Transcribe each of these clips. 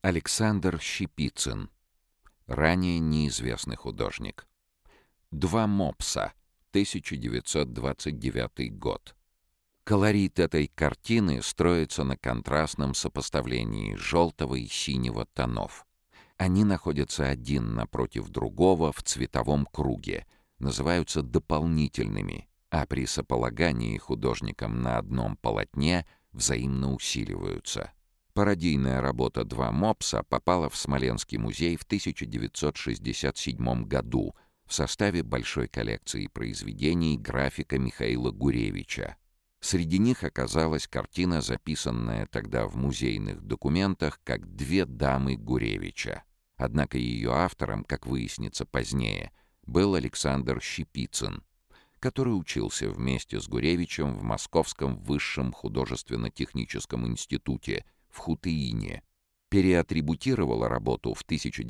Александр Щепицын. Ранее неизвестный художник. «Два мопса», 1929 год. Колорит этой картины строится на контрастном сопоставлении желтого и синего тонов. Они находятся один напротив другого в цветовом круге, называются дополнительными, а при сополагании художником на одном полотне взаимно усиливаются. Пародийная работа «Два мопса» попала в Смоленский музей в 1967 году в составе большой коллекции произведений графика Михаила Гуревича. Среди них оказалась картина, записанная тогда в музейных документах как «Две дамы Гуревича». Однако ее автором, как выяснится позднее, был Александр Щепицын, который учился вместе с Гуревичем в Московском высшем художественно-техническом институте в Хутыине. Переатрибутировала работу в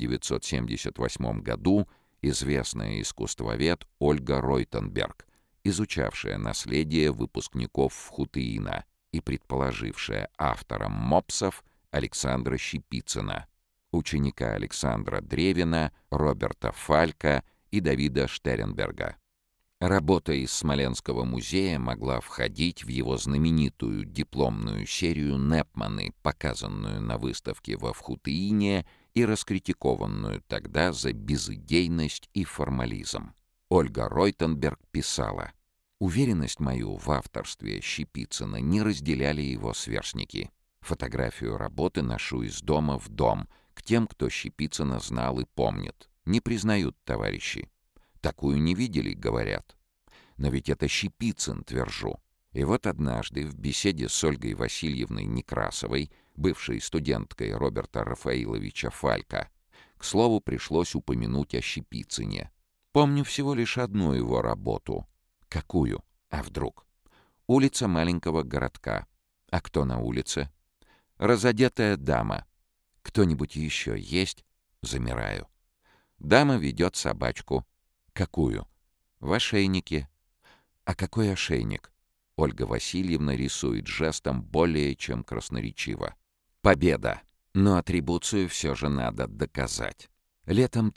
1978 году известная искусствовед Ольга Ройтенберг, изучавшая наследие выпускников Хутыина и предположившая автором мопсов Александра Щепицына, ученика Александра Древина, Роберта Фалька и Давида Штернберга. Работа из Смоленского музея могла входить в его знаменитую дипломную серию «Непманы», показанную на выставке во Хутыине и раскритикованную тогда за безыдейность и формализм. Ольга Ройтенберг писала: «Уверенность мою в авторстве Щепицына не разделяли его сверстники. Фотографию работы ношу из дома в дом, к тем, кто Щепицына знал и помнит. Не признают товарищи. Такую не видели, говорят. Но ведь это Щепицын, твержу». И вот однажды в беседе с Ольгой Васильевной Некрасовой, бывшей студенткой Роберта Рафаиловича Фалька, к слову пришлось упомянуть о Щепицыне. Помню всего лишь одну его работу. Какую? А вдруг? Улица маленького городка. А кто на улице? Разодетая дама. Кто-нибудь еще есть? Замираю. Дама ведет собачку. Какую? В ошейнике. А какой ошейник? Ольга Васильевна рисует жестом более чем красноречиво. Победа! Но атрибуцию все же надо доказать. Летом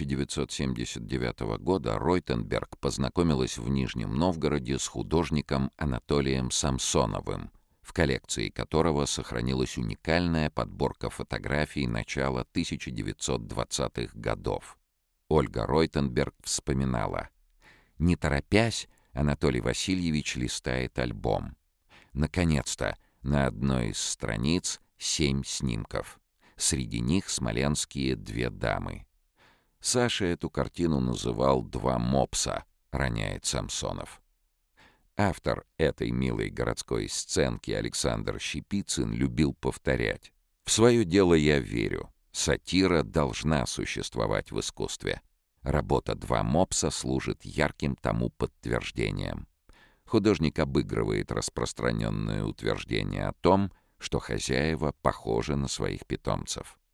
1979 года Ройтенберг познакомилась в Нижнем Новгороде с художником Анатолием Самсоновым, в коллекции которого сохранилась уникальная подборка фотографий начала 1920-х годов. Ольга Ройтенберг вспоминала: «Не торопясь, Анатолий Васильевич листает альбом. Наконец-то на одной из страниц 7 снимков. Среди них смоленские две дамы. Саша эту картину называл «Два мопса», роняет Самсонов». Автор этой милой городской сценки Александр Щепицын любил повторять: «В свое дело я верю. Сатира должна существовать в искусстве». Работа «Два мопса» служит ярким тому подтверждением. Художник обыгрывает распространенное утверждение о том, что хозяева похожи на своих питомцев.